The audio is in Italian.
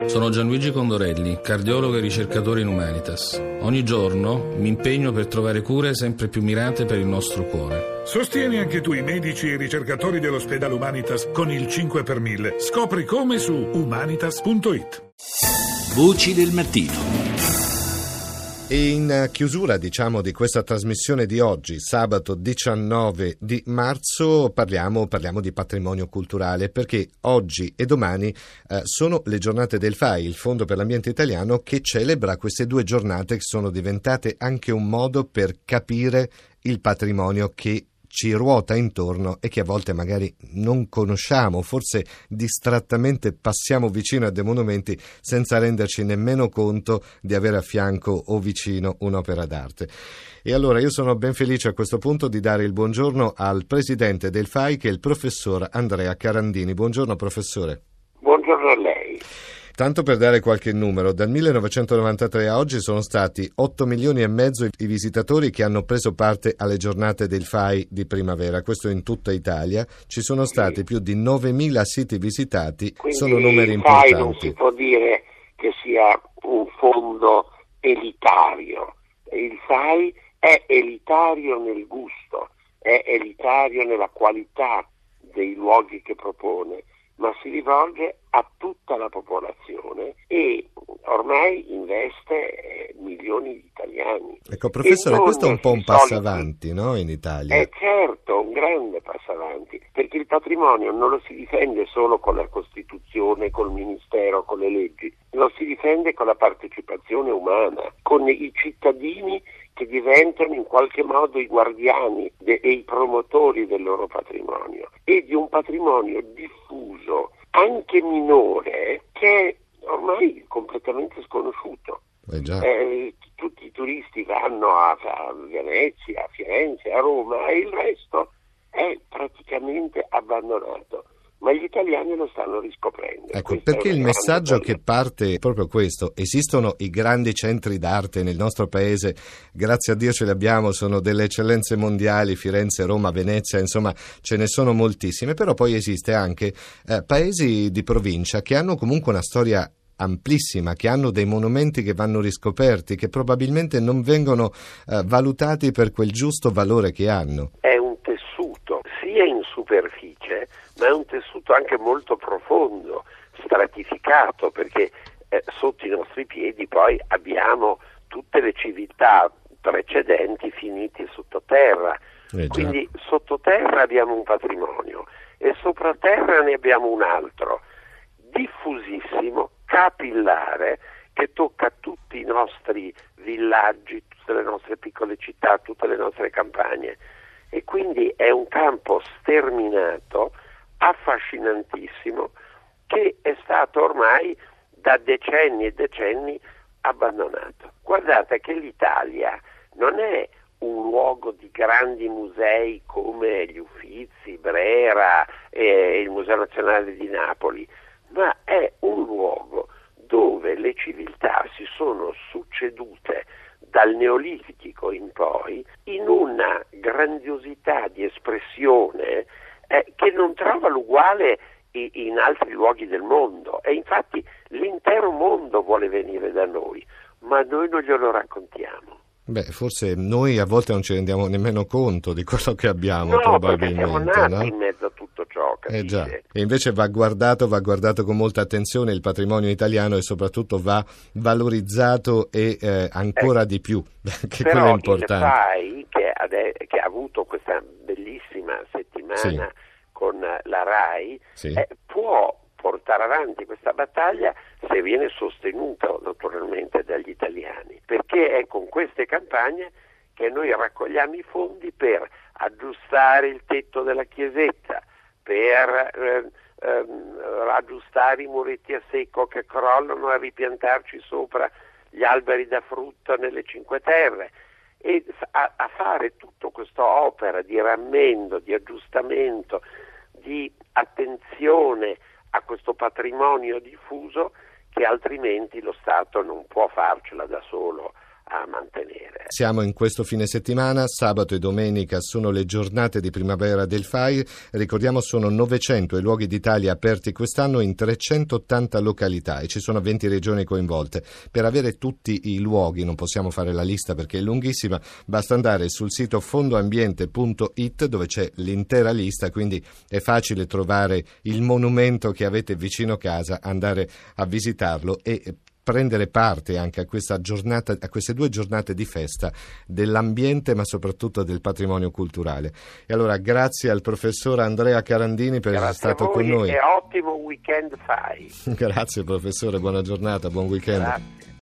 Sono Gianluigi Condorelli, cardiologo e ricercatore in Humanitas. Ogni giorno mi impegno per trovare cure sempre più mirate per il nostro cuore. Sostieni anche tu i medici e i ricercatori dell'ospedale Humanitas con il 5 per 1000. Scopri come su humanitas.it. Voci del mattino. E in chiusura, di questa trasmissione di oggi, sabato 19 di marzo, parliamo di patrimonio culturale, perché oggi e domani sono le giornate del FAI, il Fondo per l'Ambiente Italiano, che celebra queste due giornate che sono diventate anche un modo per capire il patrimonio che ci ruota intorno e che a volte magari non conosciamo, forse distrattamente passiamo vicino a dei monumenti senza renderci nemmeno conto di avere a fianco o vicino un'opera d'arte. E allora io sono ben felice a questo punto di dare il buongiorno al presidente del FAI, che è il professor Andrea Carandini. Buongiorno professore. Buongiorno a lei. Tanto per dare qualche numero, dal 1993 a oggi sono stati 8 milioni e mezzo i visitatori che hanno preso parte alle giornate del FAI di primavera, questo in tutta Italia. Ci sono stati più di 9.000 siti visitati, quindi sono numeri il FAI importanti. non si può dire che sia un fondo elitario. Il FAI è elitario nel gusto, è elitario nella qualità dei luoghi che propone, ma si rivolge a tutta la popolazione e ormai investe milioni di italiani. Ecco, professore, questo è un po' un passo avanti, no, in Italia? È certo, un grande passo avanti, perché il patrimonio non lo si difende solo con la Costituzione, col Ministero, con le leggi, lo si difende con la partecipazione umana, con i cittadini che diventano in qualche modo i guardiani e i promotori del loro patrimonio, e di un patrimonio diffuso, anche minore, che è ormai completamente sconosciuto. Già. Tutti i turisti vanno a Venezia, a Firenze, a Roma, e il resto è praticamente abbandonato. Ma gli italiani lo stanno riscoprendo. Ecco, perché il messaggio che parte è proprio questo: esistono i grandi centri d'arte nel nostro paese, grazie a Dio ce li abbiamo, sono delle eccellenze mondiali, Firenze, Roma, Venezia, insomma ce ne sono moltissime, però poi esiste anche paesi di provincia che hanno comunque una storia amplissima, che hanno dei monumenti che vanno riscoperti, che probabilmente non vengono valutati per quel giusto valore che hanno. È un tessuto, sia in superficie, ma è un tessuto anche molto profondo, stratificato, perché sotto i nostri piedi poi abbiamo tutte le civiltà precedenti finite sottoterra. Quindi sottoterra abbiamo un patrimonio e sopraterra ne abbiamo un altro, diffusissimo, capillare, che tocca tutti i nostri villaggi, tutte le nostre piccole città, tutte le nostre campagne, e quindi è un campo sterminato, affascinantissimo, che è stato ormai da decenni e decenni abbandonato. Guardate che l'Italia non è un luogo di grandi musei come gli Uffizi, Brera e il Museo Nazionale di Napoli, ma è un luogo dove le civiltà si sono succedute dal Neolitico in poi in una grandiosità di espressione che non trova l'uguale in altri luoghi del mondo, e infatti l'intero mondo vuole venire da noi, ma noi non glielo raccontiamo. Forse noi a volte non ci rendiamo nemmeno conto di quello che abbiamo, probabilmente. Perché siamo nati in mezzo a tutto ciò, capisci? Già. E invece va guardato con molta attenzione il patrimonio italiano, e soprattutto va valorizzato e ancora di più, che quello è importante. Però il FAI, che ha avuto questa bellissima settimana con la RAI, può portare avanti questa battaglia se viene sostenuta naturalmente dagli italiani, perché è con queste campagne che noi raccogliamo i fondi per aggiustare il tetto della chiesetta, per aggiustare i muretti a secco che crollano, a ripiantarci sopra gli alberi da frutto nelle Cinque Terre, e a fare tutta questa opera di rammendo, di aggiustamento, di attenzione a questo patrimonio diffuso, che altrimenti lo Stato non può farcela da solo a mantenere. Siamo in questo fine settimana, sabato e domenica sono le giornate di primavera del FAI, ricordiamo sono 900 i luoghi d'Italia aperti quest'anno in 380 località e ci sono 20 regioni coinvolte. Per avere tutti i luoghi, non possiamo fare la lista perché è lunghissima, basta andare sul sito fondoambiente.it dove c'è l'intera lista, quindi è facile trovare il monumento che avete vicino casa, andare a visitarlo e prendere parte anche a questa giornata, a queste 2 giornate di festa dell'ambiente ma soprattutto del patrimonio culturale. E allora grazie al professor Andrea Carandini per essere stato con noi. E ottimo weekend FAI. Grazie professore, buona giornata, buon weekend. Grazie.